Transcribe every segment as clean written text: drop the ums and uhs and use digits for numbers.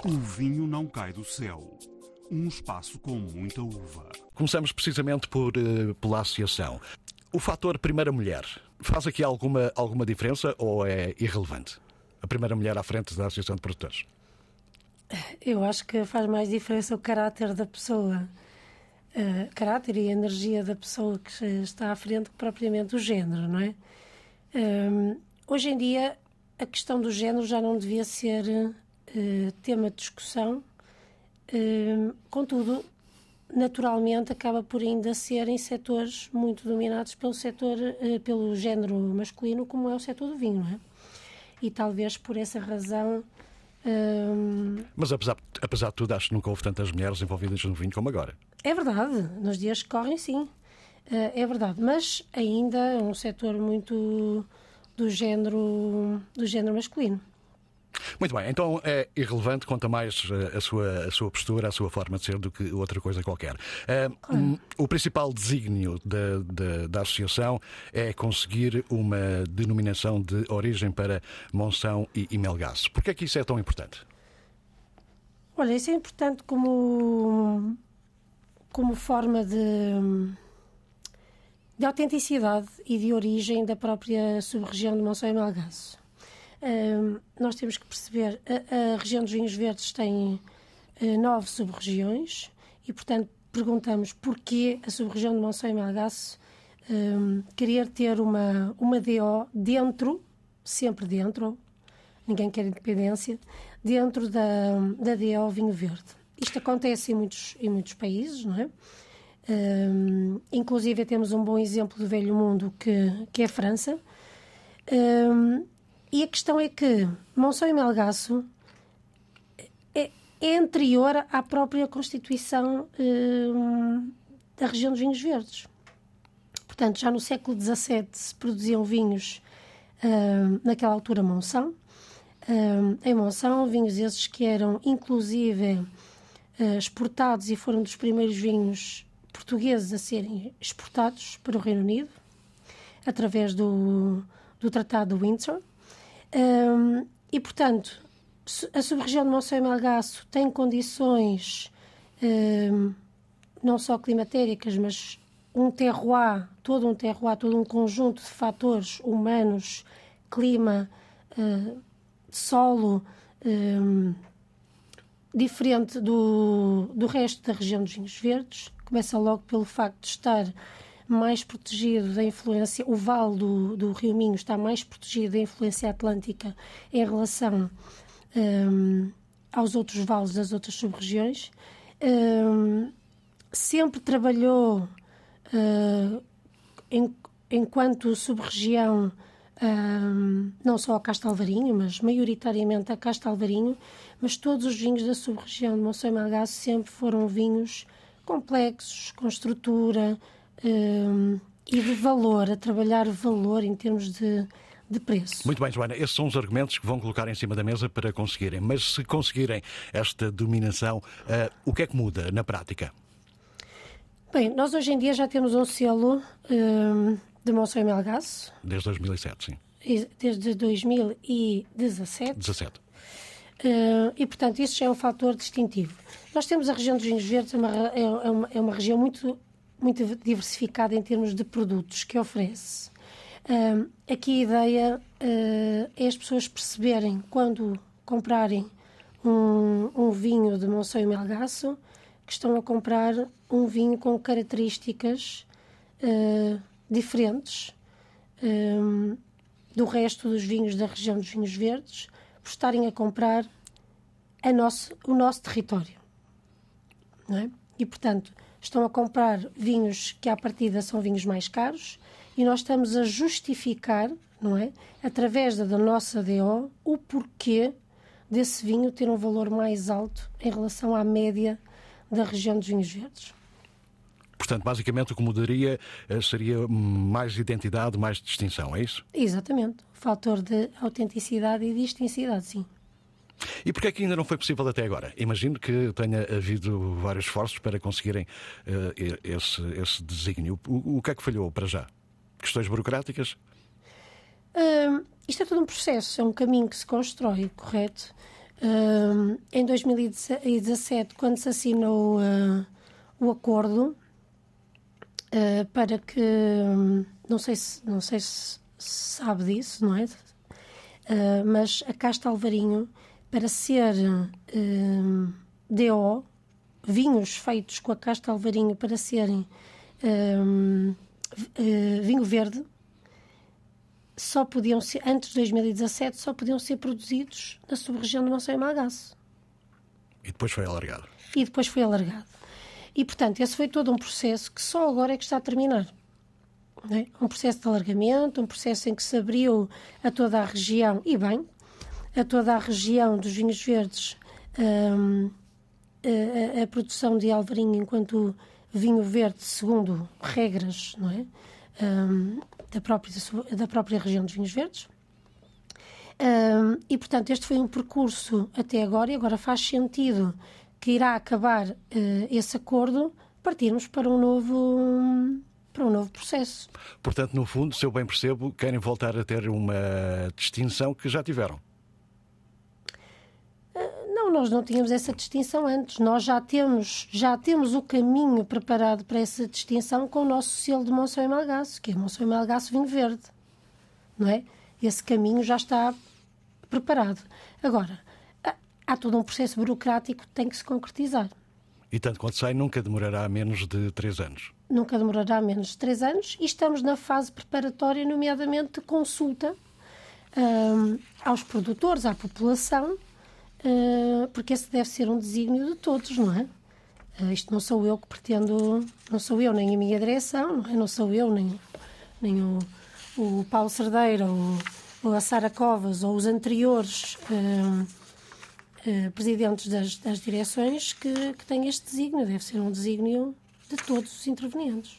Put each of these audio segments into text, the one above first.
O vinho não cai do céu. Um espaço com muita uva. Começamos precisamente pela associação. O fator primeira mulher faz aqui alguma diferença ou é irrelevante? A primeira mulher à frente da Associação de Produtores. Eu acho que faz mais diferença o caráter da pessoa. Caráter e energia da pessoa que está à frente que propriamente o género, não é? Hoje em dia, a questão do género já não devia ser tema de discussão. Contudo, naturalmente, acaba por ainda ser em setores muito dominados pelo género masculino, como é o setor do vinho, não é? E talvez por essa razão... Mas apesar de tudo, acho que nunca houve tantas mulheres envolvidas no vinho como agora. É verdade, nos dias que correm, sim. É verdade, mas ainda é um setor muito do género masculino. Muito bem, então é irrelevante, conta mais a sua postura, a sua forma de ser do que outra coisa qualquer. O principal desígnio da associação é conseguir uma denominação de origem para Monção e Melgaço. Porquê é que isso é tão importante? Olha, isso é importante como forma de autenticidade e de origem da própria sub-região de Monção e Melgaço. Nós temos que perceber a região dos vinhos verdes tem 9 sub-regiões e, portanto, perguntamos porquê a sub-região de Monção e Melgaço querer ter uma DO dentro, sempre dentro, ninguém quer independência, dentro da DO vinho verde. Isto acontece em muitos países, não é? Inclusive temos um bom exemplo do velho mundo que é a França. E a questão é que Monção e Melgaço é anterior à própria constituição da região dos vinhos verdes. Portanto, já no século XVII se produziam vinhos, naquela altura, Monção. Em Monção, vinhos esses que eram, inclusive, exportados e foram dos primeiros vinhos portugueses a serem exportados para o Reino Unido, através do Tratado de Windsor. E, portanto, a sub-região de Monção e Melgaço tem condições não só climatéricas, mas todo um conjunto de fatores humanos, clima, solo, diferente do resto da região dos vinhos verdes. Começa logo pelo facto de estar mais protegido da influência, o vale do Rio Minho está mais protegido da influência atlântica em relação aos outros vales das outras sub-regiões. Sempre trabalhou enquanto sub-região não só a Castelvarinho, mas maioritariamente a Castelvarinho, mas todos os vinhos da sub-região de Monção e Melgaço sempre foram vinhos complexos, com estrutura e de valor, a trabalhar valor em termos de preço. Muito bem, Joana, esses são os argumentos que vão colocar em cima da mesa para conseguirem. Mas se conseguirem esta dominação, o que é que muda na prática? Bem, nós hoje em dia já temos um selo de Monção e Melgaço. Desde 2007, sim. Desde 2017. 17. E, portanto, isso já é um fator distintivo. Nós temos a região dos vinhos verdes, é uma região muito, muito diversificada em termos de produtos que oferece. Aqui a ideia é as pessoas perceberem, quando comprarem um vinho de Monção e Melgaço, que estão a comprar um vinho com características diferentes do resto dos vinhos da região dos vinhos verdes, por estarem a comprar o nosso território. Não é? E, portanto, estão a comprar vinhos que, à partida, são vinhos mais caros e nós estamos a justificar, não é, através da nossa DO, o porquê desse vinho ter um valor mais alto em relação à média da região dos vinhos verdes. Portanto, basicamente, o que mudaria seria mais identidade, mais distinção, é isso? Exatamente. Fator de autenticidade e distintividade, sim. E porquê é que ainda não foi possível até agora? Imagino que tenha havido vários esforços para conseguirem esse desígnio. O que é que falhou para já? Questões burocráticas? Isto é todo um processo, é um caminho que se constrói, correto? Em 2017, quando se assinou o acordo para que, não sei se sabe disso, não é? Mas a casta Alvarinho, para ser DO, vinhos feitos com a casta Alvarinho para serem vinho verde, só podiam ser, antes de 2017, só podiam ser produzidos na sub-região de Monção e Malgaço. E depois foi alargado. E, portanto, esse foi todo um processo que só agora é que está a terminar. Não é? Um processo de alargamento, um processo em que se abriu a toda a região, e bem, a toda a região dos vinhos verdes, a produção de Alvarinho enquanto vinho verde segundo regras, não é? Da própria região dos vinhos verdes. E, portanto, este foi um percurso até agora, e agora faz sentido que irá acabar esse acordo, partirmos para um novo processo. Portanto, no fundo, se eu bem percebo, querem voltar a ter uma distinção que já tiveram. Não, nós não tínhamos essa distinção antes. Nós já temos o caminho preparado para essa distinção com o nosso selo de Monção e Malgaço, que é Monção e Malgaço Vinho Verde. Não é? Esse caminho já está preparado. Agora, há todo um processo burocrático que tem que se concretizar. E tanto quanto sei, nunca demorará menos de 3 anos. Nunca demorará menos de 3 anos e estamos na fase preparatória, nomeadamente de consulta aos produtores, à população, porque esse deve ser um desígnio de todos, não é? Isto não sou eu que pretendo, não sou eu nem a minha direção, não é? Não sou eu nem o Paulo Cerdeira ou a Sara Covas ou os anteriores presidentes das direções que têm este desígnio. Deve ser um desígnio de todos os intervenientes.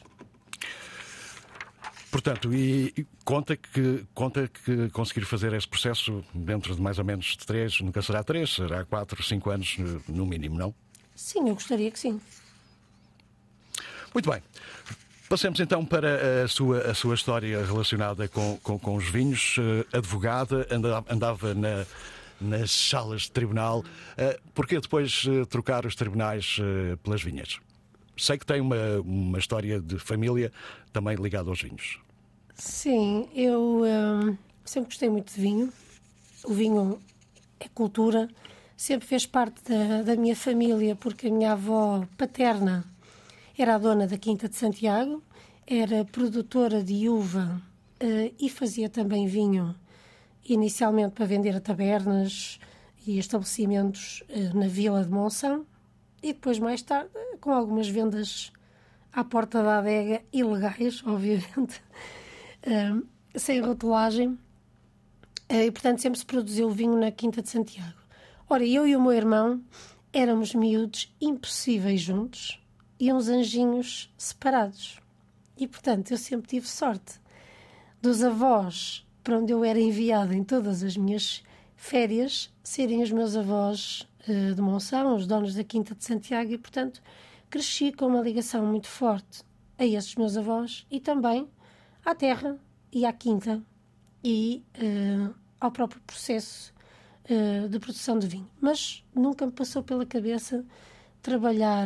Portanto, e conta que conseguir fazer esse processo dentro de mais ou menos 3, nunca será 3, será 4, 5 anos no mínimo, não? Sim, eu gostaria que sim. Muito bem. Passemos então para a sua história relacionada com os vinhos. Advogada, andava nas salas de tribunal. Porquê depois trocar os tribunais pelas vinhas? Sei que tem uma história de família também ligada aos vinhos. Sim, eu sempre gostei muito de vinho. O vinho é cultura. Sempre fez parte da minha família, porque a minha avó paterna era a dona da Quinta de Santiago, era produtora de uva e fazia também vinho, inicialmente para vender a tabernas e estabelecimentos na Vila de Monção, e depois, mais tarde, com algumas vendas à porta da adega, ilegais, obviamente, sem rotulagem, e, portanto, sempre se produziu vinho na Quinta de Santiago. Ora, eu e o meu irmão éramos miúdos impossíveis juntos e uns anjinhos separados. E, portanto, eu sempre tive sorte dos avós para onde eu era enviada em todas as minhas férias serem os meus avós de Monção, os donos da Quinta de Santiago, e, portanto, cresci com uma ligação muito forte a esses meus avós e também à terra e à quinta e ao próprio processo de produção de vinho. Mas nunca me passou pela cabeça trabalhar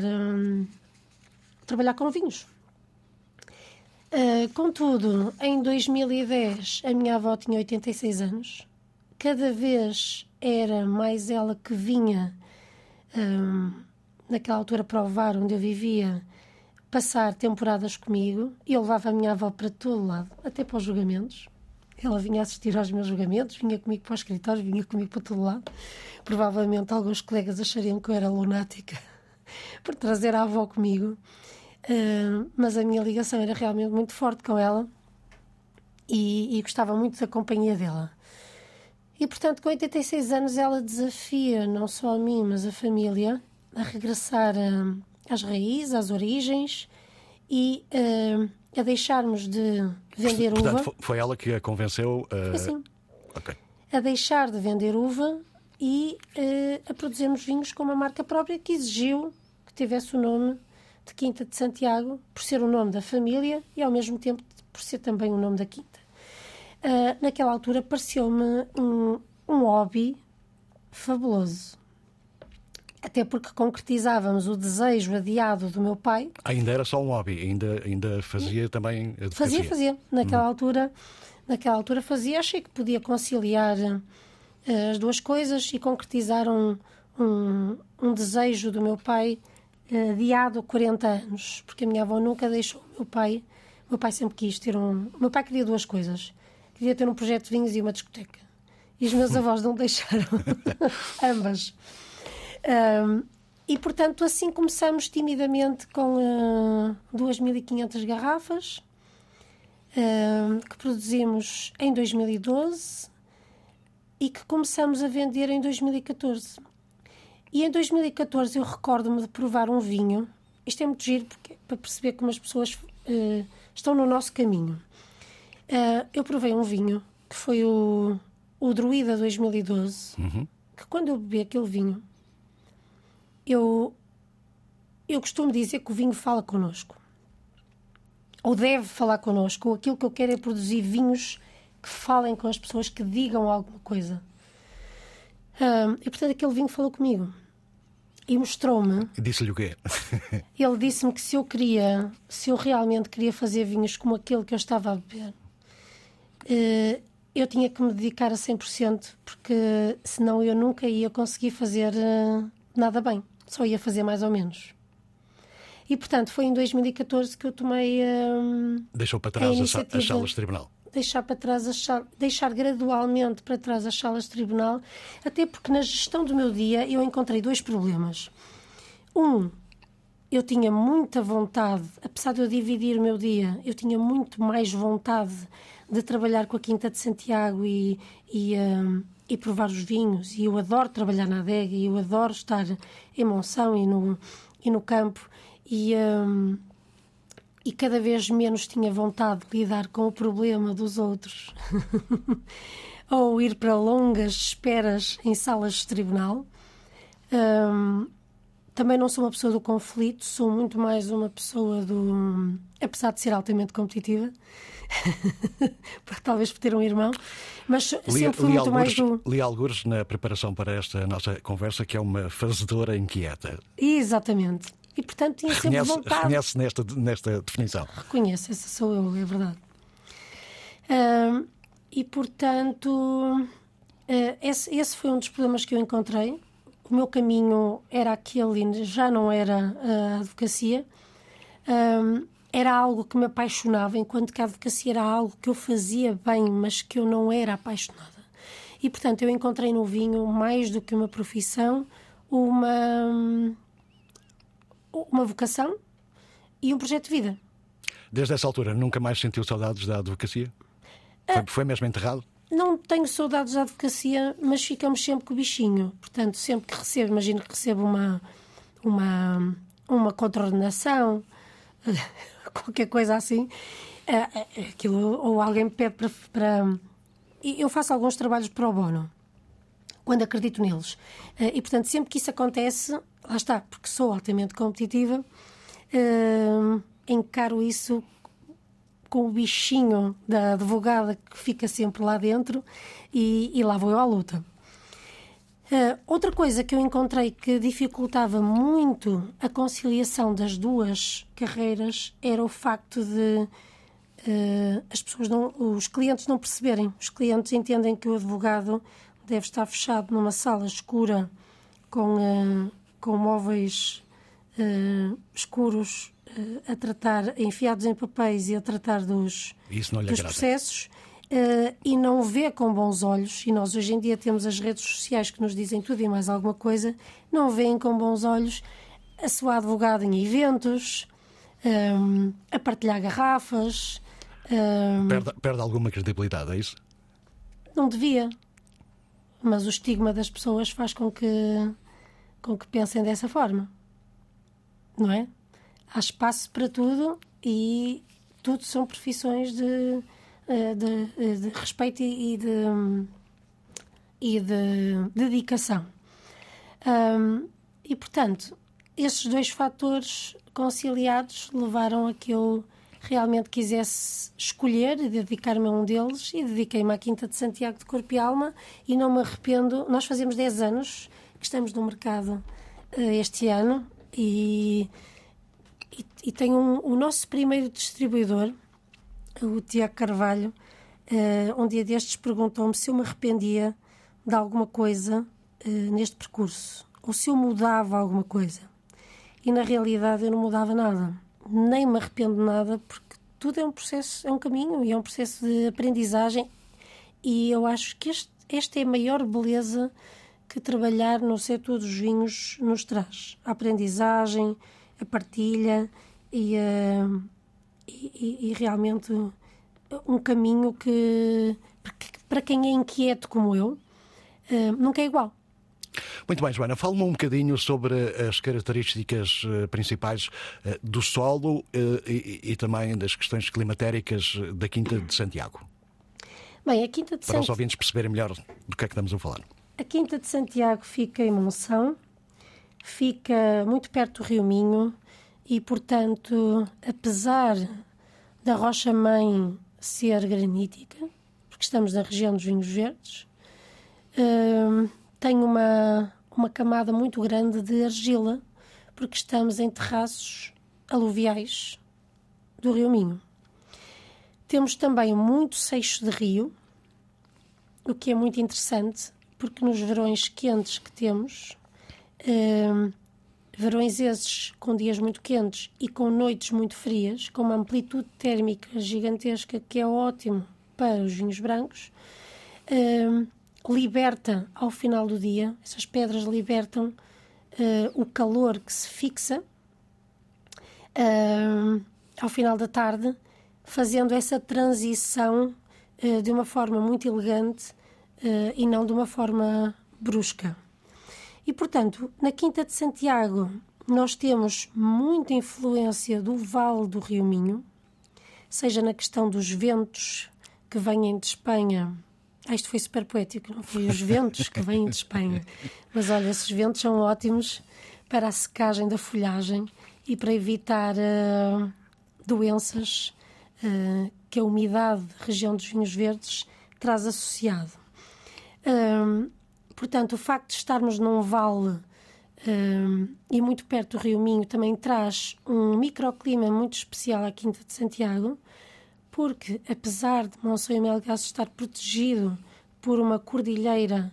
com vinhos. Contudo, em 2010, a minha avó tinha 86 anos. Cada vez era mais ela que vinha, naquela altura para o VAR, onde eu vivia, passar temporadas comigo. E eu levava a minha avó para todo lado, até para os julgamentos. Ela vinha assistir aos meus julgamentos, vinha comigo para o escritório, vinha comigo para todo lado. Provavelmente alguns colegas achariam que eu era lunática por trazer a avó comigo. Mas a minha ligação era realmente muito forte com ela e gostava muito da companhia dela. E, portanto, com 86 anos, ela desafia não só a mim, mas a família a regressar às raízes, às origens e a deixarmos de vender uva. Portanto, foi ela que a convenceu Assim, okay. A deixar de vender uva e a produzirmos vinhos com uma marca própria que exigiu que tivesse o nome de Quinta de Santiago, por ser o nome da família e, ao mesmo tempo, por ser também o nome da quinta. Naquela altura, pareceu-me um hobby fabuloso. Até porque concretizávamos o desejo adiado do meu pai. Ainda era só um hobby, ainda fazia também advocacia. Fazia. Naquela altura fazia. Achei que podia conciliar as duas coisas e concretizar um desejo do meu pai adiado 40 anos. Porque a minha avó nunca deixou o meu pai. O meu pai sempre quis ter O meu pai queria duas coisas. Queria ter um projeto de vinhos e uma discoteca. E os meus avós não deixaram. Ambas. E, portanto, assim começamos timidamente com 2.500 garrafas que produzimos em 2012 e que começamos a vender em 2014. E em 2014 eu recordo-me de provar um vinho. Isto é muito giro porque, para perceber como as pessoas estão no nosso caminho. Eu provei um vinho que foi o Druida 2012, que quando eu bebi aquele vinho, eu costumo dizer que o vinho fala connosco. Ou deve falar connosco. Ou aquilo que eu quero é produzir vinhos que falem com as pessoas, que digam alguma coisa. E, portanto, aquele vinho falou comigo. E mostrou-me... Disse-lhe o quê? Ele disse-me que se eu realmente queria fazer vinhos como aquele que eu estava a beber, eu tinha que me dedicar a 100%, porque senão eu nunca ia conseguir fazer nada bem. Só ia fazer mais ou menos. E, portanto, foi em 2014 que eu tomei Deixou para trás as salas de tribunal. Deixar gradualmente para trás as salas de tribunal, até porque na gestão do meu dia eu encontrei dois problemas. Eu tinha muita vontade, apesar de eu dividir o meu dia, eu tinha muito mais vontade de trabalhar com a Quinta de Santiago e provar os vinhos, e eu adoro trabalhar na adega, e eu adoro estar em Monção e no campo, e cada vez menos tinha vontade de lidar com o problema dos outros ou ir para longas esperas em salas de tribunal. Também não sou uma pessoa do conflito, sou muito mais uma pessoa apesar de ser altamente competitiva, talvez por ter um irmão, mas sempre fui muito mais do... Li algures na preparação para esta nossa conversa que é uma fazedora inquieta. Exatamente. E, portanto, tinha sempre vontade... Reconhece nesta definição? Reconheço, essa sou eu, é verdade. E, portanto, esse foi um dos problemas que eu encontrei. O meu caminho era aquele e já não era a advocacia. Era algo que me apaixonava, enquanto que a advocacia era algo que eu fazia bem, mas que eu não era apaixonada. E, portanto, eu encontrei no vinho, mais do que uma profissão, uma vocação e um projeto de vida. Desde essa altura, nunca mais sentiu saudades da advocacia? Foi mesmo enterrado? Não tenho saudades da advocacia, mas ficamos sempre com o bichinho. Portanto, sempre que recebo, imagino que recebo uma contraordenação, qualquer coisa assim, aquilo, ou alguém me pede para... Eu faço alguns trabalhos pro bono, quando acredito neles. E, portanto, sempre que isso acontece, lá está, porque sou altamente competitiva, encaro isso com o bichinho da advogada que fica sempre lá dentro e lá vou eu à luta. Outra coisa que eu encontrei que dificultava muito a conciliação das duas carreiras era o facto de os clientes não perceberem. Os clientes entendem que o advogado deve estar fechado numa sala escura com móveis escuros a tratar, enfiados em papéis e a tratar dos processos, e não vê com bons olhos, e nós hoje em dia temos as redes sociais que nos dizem tudo e mais alguma coisa, não veem com bons olhos a sua advogada em eventos, a partilhar garrafas. Perde alguma credibilidade, é isso? Não devia, mas o estigma das pessoas faz com que pensem dessa forma, não é? Há espaço para tudo e tudo são profissões de respeito e de dedicação. E, portanto, esses dois fatores conciliados levaram a que eu realmente quisesse escolher e dedicar-me a um deles, e dediquei-me à Quinta de Santiago de corpo e alma, e não me arrependo. Nós fazemos 10 anos que estamos no mercado este ano, e tem o nosso primeiro distribuidor, o Tiago Carvalho, um dia destes perguntou-me se eu me arrependia de alguma coisa neste percurso, ou se eu mudava alguma coisa. E na realidade eu não mudava nada, nem me arrependo de nada, porque tudo é um processo, é um caminho e é um processo de aprendizagem, e eu acho que esta é a maior beleza que trabalhar no setor dos vinhos nos traz. A aprendizagem, a partilha e realmente um caminho que, para quem é inquieto como eu, nunca é igual. Muito bem, Joana, fala-me um bocadinho sobre as características principais do solo e também das questões climatéricas da Quinta de Santiago. Bem, a Quinta de Para os ouvintes perceberem melhor do que é que estamos a falar. A Quinta de Santiago fica em Monção, fica muito perto do Rio Minho e, portanto, apesar da rocha-mãe ser granítica, porque estamos na região dos vinhos verdes, tem uma camada muito grande de argila, porque estamos em terraços aluviais do Rio Minho. Temos também muito seixo de rio, o que é muito interessante, porque nos verões quentes que temos, verões esses com dias muito quentes e com noites muito frias, com uma amplitude térmica gigantesca, que é ótimo para os vinhos brancos, liberta ao final do dia, essas pedras libertam o calor que se fixa ao final da tarde, fazendo essa transição de uma forma muito elegante e não de uma forma brusca. E, portanto, na Quinta de Santiago nós temos muita influência do Vale do Rio Minho, seja na questão dos ventos que vêm de Espanha. Isto foi super poético, não foi? Os ventos que vêm de Espanha. Mas olha, esses ventos são ótimos para a secagem da folhagem e para evitar doenças que a umidade da região dos vinhos verdes traz associado. Portanto, o facto de estarmos num vale e muito perto do Rio Minho também traz um microclima muito especial à Quinta de Santiago, porque, apesar de Monção e Melgaço estar protegido por uma cordilheira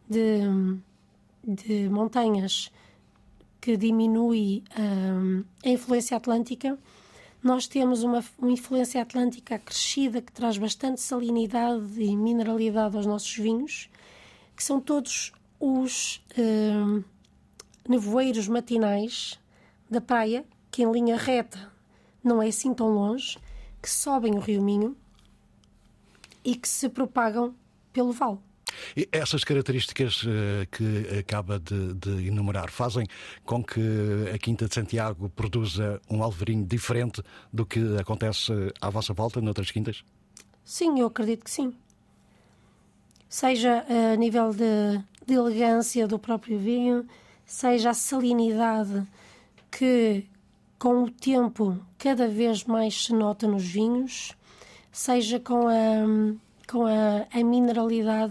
de montanhas que diminui a influência atlântica, nós temos uma influência atlântica acrescida que traz bastante salinidade e mineralidade aos nossos vinhos, que são todos os nevoeiros matinais da praia, que em linha reta não é assim tão longe, que sobem o Rio Minho e que se propagam pelo vale. E essas características que acaba de enumerar fazem com que a Quinta de Santiago produza um alvarinho diferente do que acontece à vossa volta noutras quintas? Sim, eu acredito que sim. Seja a nível de elegância do próprio vinho, seja a salinidade que com o tempo cada vez mais se nota nos vinhos, seja com a mineralidade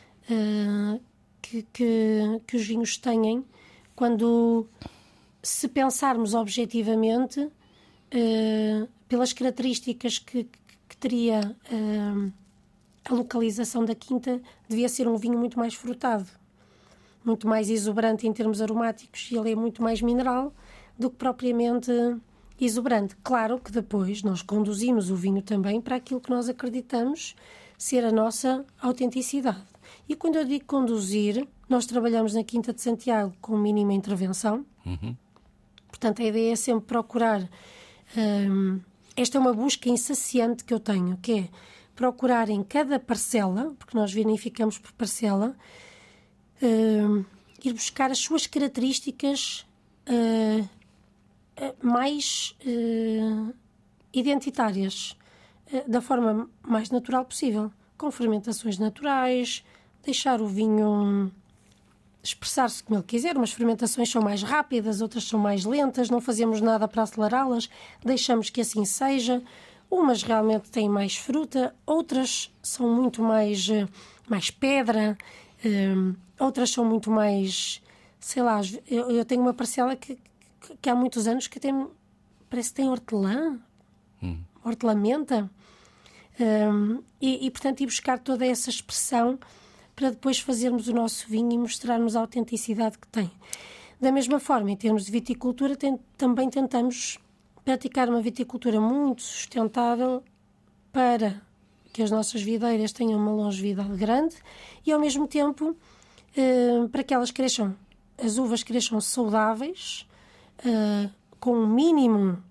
que os vinhos têm, quando, se pensarmos objetivamente, pelas características que teria a localização da quinta, devia ser um vinho muito mais frutado, muito mais exuberante em termos aromáticos, e ele é muito mais mineral do que propriamente exuberante. Claro que depois nós conduzimos o vinho também para aquilo que nós acreditamos ser a nossa autenticidade. E quando eu digo conduzir, nós trabalhamos na Quinta de Santiago com mínima intervenção. Portanto, a ideia é sempre procurar... esta é uma busca insaciante que eu tenho, que é procurar em cada parcela, porque nós vinificamos por parcela, ir buscar as suas características mais identitárias, da forma mais natural possível, com fermentações naturais, deixar o vinho expressar-se como ele quiser. Umas fermentações são mais rápidas, outras são mais lentas, não fazemos nada para acelerá-las, deixamos que assim seja. Umas realmente têm mais fruta, outras são muito mais pedra, outras são muito mais, sei lá, eu tenho uma parcela que há muitos anos que parece que tem hortelã, hortelamenta, e portanto ir buscar toda essa expressão para depois fazermos o nosso vinho e mostrarmos a autenticidade que tem. Da mesma forma, em termos de viticultura, também tentamos praticar uma viticultura muito sustentável para que as nossas videiras tenham uma longevidade grande e, ao mesmo tempo, para que elas cresçam, as uvas cresçam saudáveis, com um mínimo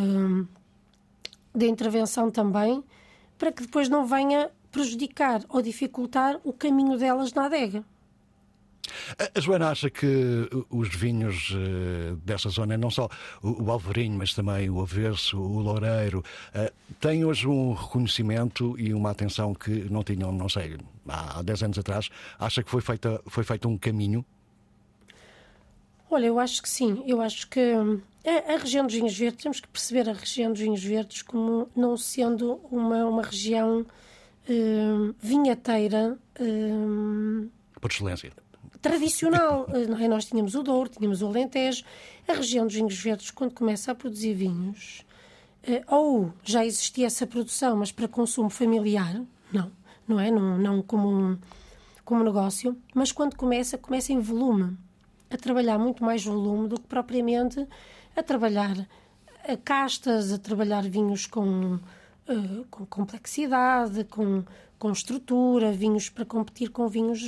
de intervenção também, para que depois não venha prejudicar ou dificultar o caminho delas na adega. A Joana acha que os vinhos dessa zona, não só o Alvarinho, mas também o Avesso, o Loureiro, têm hoje um reconhecimento e uma atenção que não tinham, não sei, há 10 anos atrás? Acha que foi feito um caminho? Olha, eu acho que sim. Eu acho que a região dos vinhos verdes, temos que perceber a região dos vinhos verdes como não sendo uma região vinhateira por excelência. Tradicional. Não é? Nós tínhamos o Douro, tínhamos o Alentejo. A região dos vinhos verdes, quando começa a produzir vinhos, ou já existia essa produção, mas para consumo familiar, não é? Não como negócio, mas quando começa em volume, a trabalhar muito mais volume do que propriamente a trabalhar castas, a trabalhar vinhos com complexidade, com estrutura, vinhos para competir com vinhos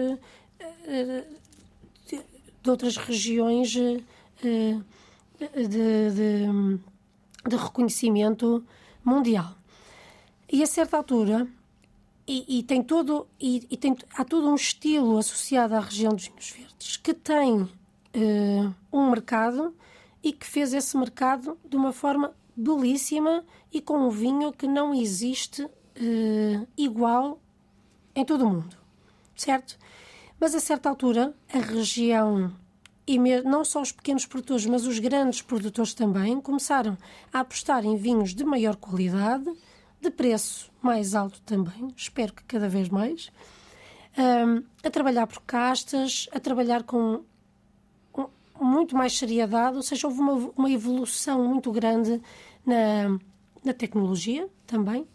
de outras regiões de reconhecimento mundial. E a certa altura, há todo um estilo associado à região dos vinhos verdes que tem um mercado e que fez esse mercado de uma forma belíssima e com um vinho que não existe igual em todo o mundo, certo? Mas a certa altura a região, e não só os pequenos produtores, mas os grandes produtores também, começaram a apostar em vinhos de maior qualidade, de preço mais alto também, espero que cada vez mais, a trabalhar por castas, a trabalhar com muito mais seriedade, ou seja, houve uma evolução muito grande na tecnologia também,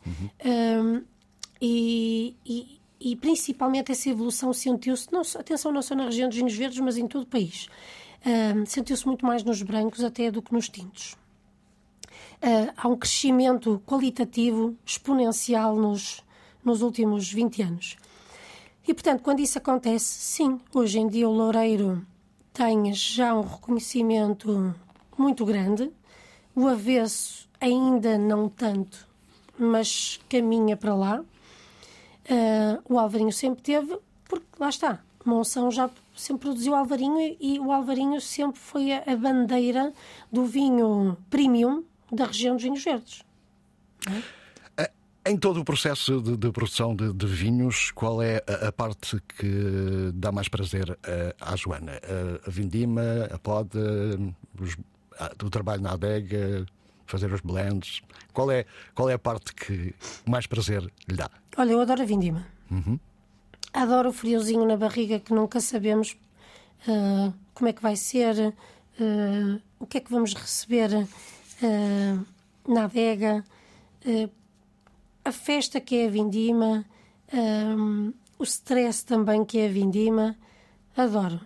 e principalmente essa evolução sentiu-se, atenção, não só na região dos vinhos verdes, mas em todo o país. Sentiu-se muito mais nos brancos até do que nos tintos. Há um crescimento qualitativo exponencial nos últimos 20 anos. E, portanto, quando isso acontece, sim, hoje em dia o Loureiro tem já um reconhecimento muito grande, o Avesso ainda não tanto, mas caminha para lá. O Alvarinho sempre teve, porque lá está, Monção já sempre produziu Alvarinho e o Alvarinho sempre foi a bandeira do vinho premium da região dos vinhos verdes. Em todo o processo de produção de vinhos, qual é a parte que dá mais prazer à Joana? A vindima, a poda, o trabalho na adega, fazer os blends? Qual é a parte que mais prazer lhe dá? Olha, eu adoro a vindima. Adoro o friozinho na barriga, que nunca sabemos como é que vai ser, o que é que vamos receber na adega, a festa que é a vindima, o stress também que é a vindima. Adoro.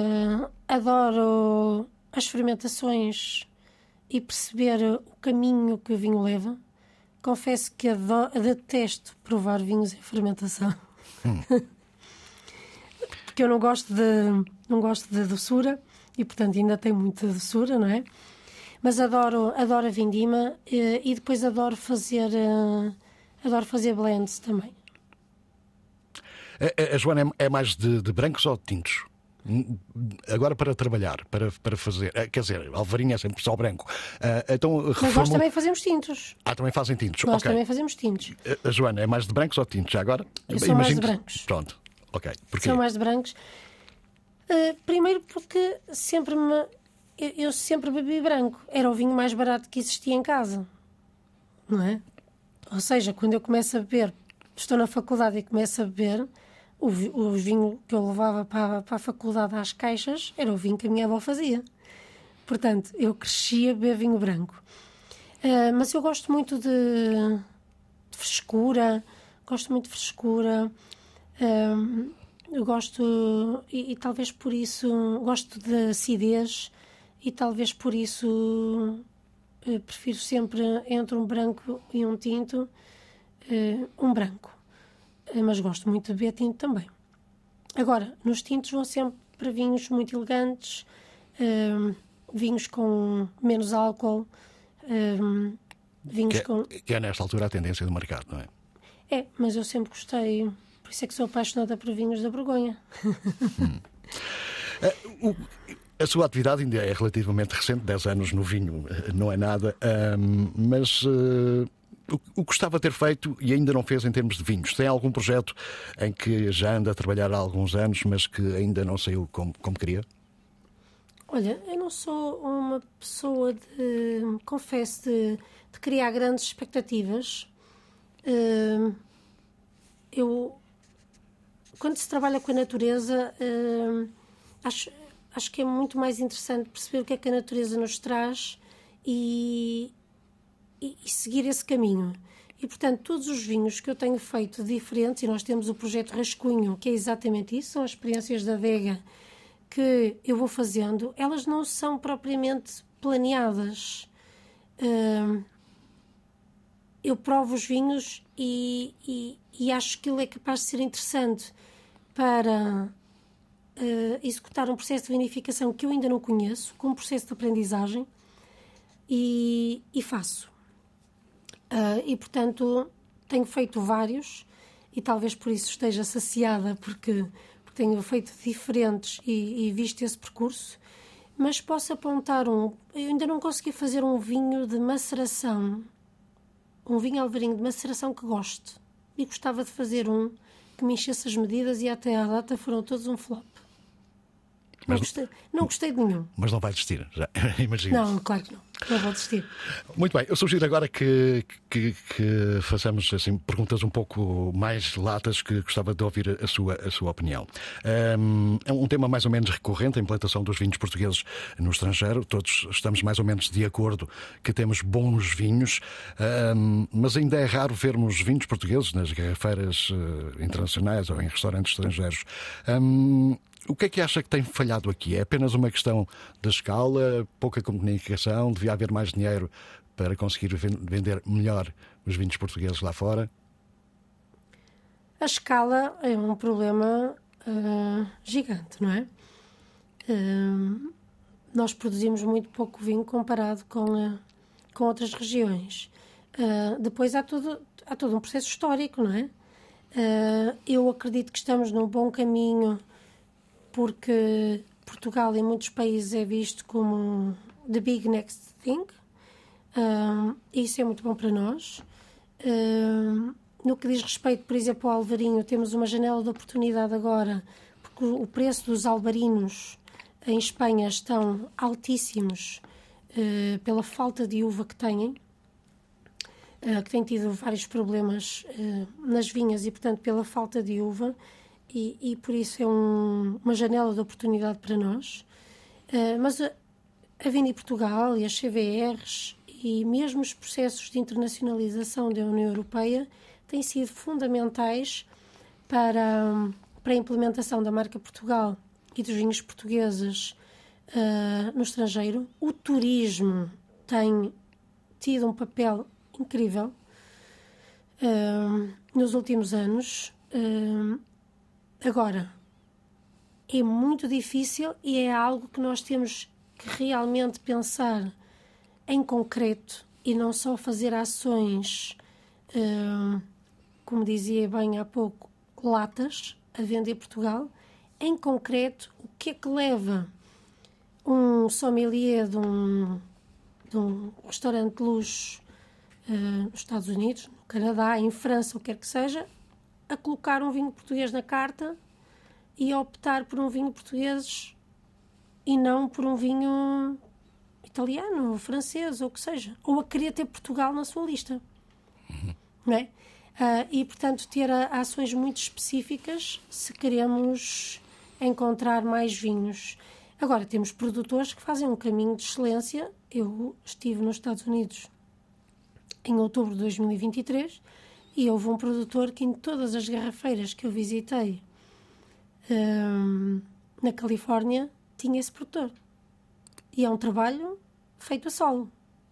Adoro as fermentações e perceber o caminho que o vinho leva. Confesso que detesto provar vinhos em fermentação. Porque eu não gosto de doçura e, portanto, ainda tem muita doçura, não é? Mas adoro a vindima e depois adoro fazer blends também. A Joana é mais de brancos ou de tintos? Agora para trabalhar, para fazer, quer dizer, Alvarinho é sempre só branco. Então, mas nós também fazemos tintos. Também fazem tintos. Nós também fazemos tintos. A Joana é mais de brancos ou de tintos já agora? Eu sou mais de brancos. Pronto, ok. Sou mais de brancos. Primeiro porque eu sempre bebi branco. Era o vinho mais barato que existia em casa. Não é? Ou seja, quando eu começo a beber, estou na faculdade e começo a beber, o vinho que eu levava para a faculdade às caixas era o vinho que a minha avó fazia. Portanto, eu cresci a beber vinho branco. Mas eu gosto muito de frescura. Gosto muito de frescura. Eu gosto, e talvez por isso, gosto de acidez, e talvez por isso prefiro sempre, entre um branco e um tinto, um branco. Mas gosto muito de beber tinto também. Agora, nos tintos vão sempre para vinhos muito elegantes, vinhos com menos álcool, vinhos com... Que é nesta altura a tendência do mercado, não é? É, mas eu sempre gostei... Por isso é que sou apaixonada por vinhos da Borgonha. A sua atividade ainda é relativamente recente, 10 anos no vinho não é nada, mas o que estava a ter feito e ainda não fez em termos de vinhos? Tem algum projeto em que já anda a trabalhar há alguns anos, mas que ainda não saiu como queria? Olha, eu não sou uma pessoa confesso, de criar grandes expectativas. Quando se trabalha com a natureza, acho que é muito mais interessante perceber o que é que a natureza nos traz e seguir esse caminho. E, portanto, todos os vinhos que eu tenho feito diferentes, e nós temos o projeto Rascunho, que é exatamente isso, são as experiências da adega que eu vou fazendo, elas não são propriamente planeadas. Eu provo os vinhos e acho que ele é capaz de ser interessante para executar um processo de vinificação que eu ainda não conheço, com um processo de aprendizagem, e faço. E, portanto, tenho feito vários, e talvez por isso esteja saciada, porque tenho feito diferentes e visto esse percurso, mas posso apontar eu ainda não consegui fazer um vinho de maceração, um vinho alvarinho de maceração que goste. E gostava de fazer um que me enchesse as medidas e até à data foram todos um flop. Não gostei de nenhum. Mas não vai desistir, já imagino. Não, claro que não. Não vou desistir. Muito bem, eu sugiro agora que façamos assim, perguntas um pouco mais latas, que gostava de ouvir a sua opinião. É um tema mais ou menos recorrente, a implantação dos vinhos portugueses no estrangeiro. Todos estamos mais ou menos de acordo que temos bons vinhos, mas ainda é raro vermos vinhos portugueses nas garrafeiras internacionais ou em restaurantes estrangeiros. O que é que acha que tem falhado aqui? É apenas uma questão da escala, pouca comunicação, devia haver mais dinheiro para conseguir vender melhor os vinhos portugueses lá fora? A escala é um problema gigante, não é? Nós produzimos muito pouco vinho comparado com outras regiões. Depois há todo um processo histórico, não é? Eu acredito que estamos num bom caminho, porque Portugal em muitos países é visto como the big next thing. Isso é muito bom para nós. No que diz respeito, por exemplo, ao alvarinho, temos uma janela de oportunidade agora, porque o preço dos albarinos em Espanha estão altíssimos pela falta de uva que têm tido vários problemas nas vinhas e, portanto, pela falta de uva. E por isso é uma janela de oportunidade para nós. Mas a Vini Portugal e as CVRs e mesmo os processos de internacionalização da União Europeia têm sido fundamentais para a implementação da marca Portugal e dos vinhos portugueses no estrangeiro. O turismo tem tido um papel incrível nos últimos anos. Agora, é muito difícil e é algo que nós temos que realmente pensar em concreto e não só fazer ações, como dizia bem há pouco, latas a vender Portugal. Em concreto, o que é que leva um sommelier de um restaurante de luxo nos Estados Unidos, no Canadá, em França, o que quer que seja, a colocar um vinho português na carta e a optar por um vinho português e não por um vinho italiano, ou francês, ou o que seja. Ou a querer ter Portugal na sua lista. Não é? E, portanto, ter ações muito específicas se queremos encontrar mais vinhos. Agora, temos produtores que fazem um caminho de excelência. Eu estive nos Estados Unidos em outubro de 2023 e houve um produtor que em todas as garrafeiras que eu visitei na Califórnia tinha esse produtor. E é um trabalho feito a solo.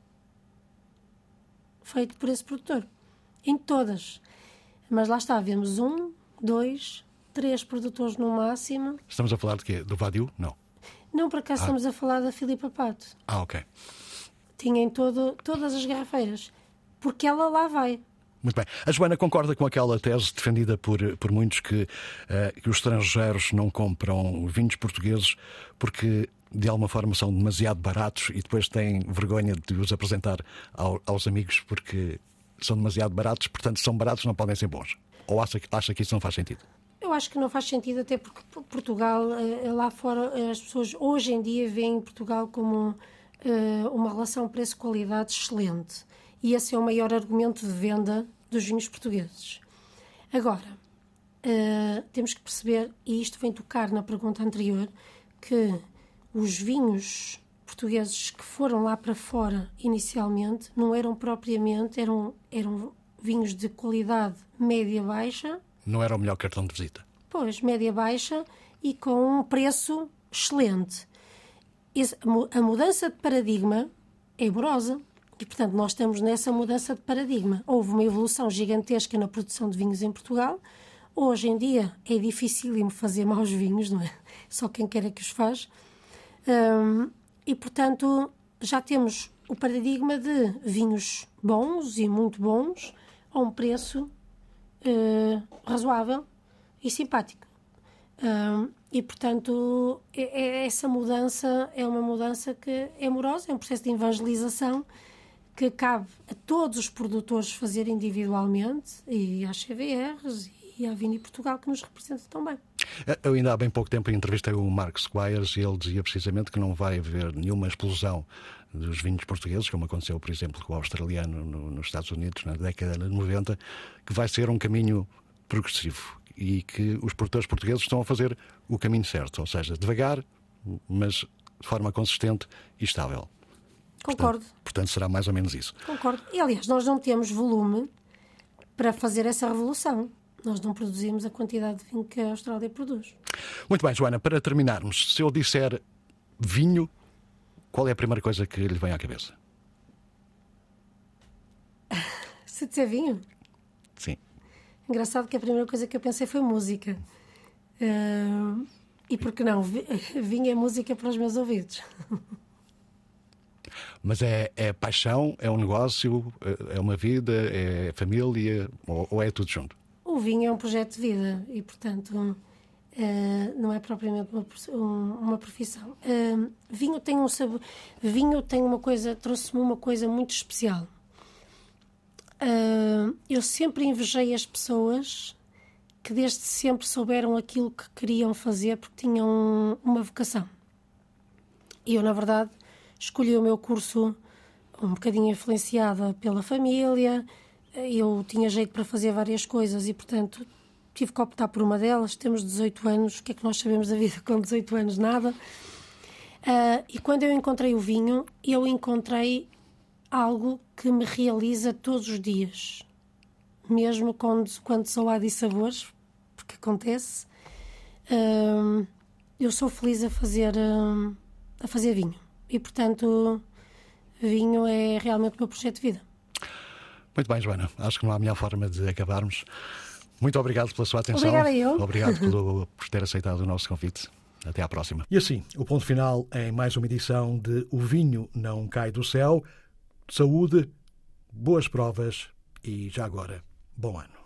Feito por esse produtor. Em todas. Mas lá está, vemos 1, 2, 3 produtores no máximo. Estamos a falar de quê? Do Vadiu? Não. Não, por acaso estamos a falar da Filipa Pato. Ok. Tinha em todas as garrafeiras. Porque ela lá vai. Muito bem. A Joana concorda com aquela tese defendida por muitos que os estrangeiros não compram vinhos portugueses porque de alguma forma são demasiado baratos e depois têm vergonha de os apresentar aos amigos porque são demasiado baratos, portanto são baratos, não podem ser bons. Ou acha que isso não faz sentido? Eu acho que não faz sentido, até porque Portugal, lá fora, as pessoas hoje em dia veem Portugal como uma relação preço-qualidade excelente. E esse é o maior argumento de venda dos vinhos portugueses. Agora, temos que perceber, e isto vem tocar na pergunta anterior, que os vinhos portugueses que foram lá para fora inicialmente não eram propriamente, eram vinhos de qualidade média-baixa. Não era o melhor cartão de visita. Pois, média-baixa e com um preço excelente. A mudança de paradigma é amorosa. E, portanto, nós estamos nessa mudança de paradigma. Houve uma evolução gigantesca na produção de vinhos em Portugal. Hoje em dia é dificílimo fazer maus vinhos, não é? Só quem quer é que os faz. E, portanto, já temos o paradigma de vinhos bons e muito bons a um preço razoável e simpático. E, portanto, essa mudança é uma mudança que é amorosa, é um processo de evangelização que cabe a todos os produtores fazer individualmente e às CVRs e à Vini Portugal, que nos representa tão bem. Eu ainda há bem pouco tempo entrevistei o Mark Squires e ele dizia precisamente que não vai haver nenhuma explosão dos vinhos portugueses, como aconteceu, por exemplo, com o australiano nos Estados Unidos na década de 90, que vai ser um caminho progressivo e que os produtores portugueses estão a fazer o caminho certo, ou seja, devagar, mas de forma consistente e estável. Concordo. Portanto, será mais ou menos isso. Concordo. E, aliás, nós não temos volume para fazer essa revolução. Nós não produzimos a quantidade de vinho que a Austrália produz. Muito bem, Joana, para terminarmos, se eu disser vinho, qual é a primeira coisa que lhe vem à cabeça? Se disser vinho? Sim. Engraçado que a primeira coisa que eu pensei foi música. E por que não? Vinho é música para os meus ouvidos. Mas é paixão, é um negócio, é uma vida, é família ou é tudo junto? O vinho é um projeto de vida e, portanto, não é propriamente uma profissão. Vinho tem um sabor. Vinho tem uma coisa, trouxe-me uma coisa muito especial. Eu sempre invejei as pessoas que desde sempre souberam aquilo que queriam fazer porque tinham uma vocação. E eu, na verdade, escolhi o meu curso um bocadinho influenciada pela família. Eu tinha jeito para fazer várias coisas e, portanto, tive que optar por uma delas. Temos 18 anos, o que é que nós sabemos da vida com 18 anos? Nada. E quando eu encontrei o vinho, eu encontrei algo que me realiza todos os dias. Mesmo quando sou a de sabores, porque acontece, eu sou feliz a fazer vinho. E, portanto, vinho é realmente o meu projeto de vida. Muito bem, Joana. Acho que não há melhor forma de acabarmos. Muito obrigado pela sua atenção. Obrigada eu. Obrigado por ter aceitado o nosso convite. Até à próxima. E assim, o ponto final em mais uma edição de O Vinho Não Cai do Céu. Saúde, boas provas e, já agora, bom ano.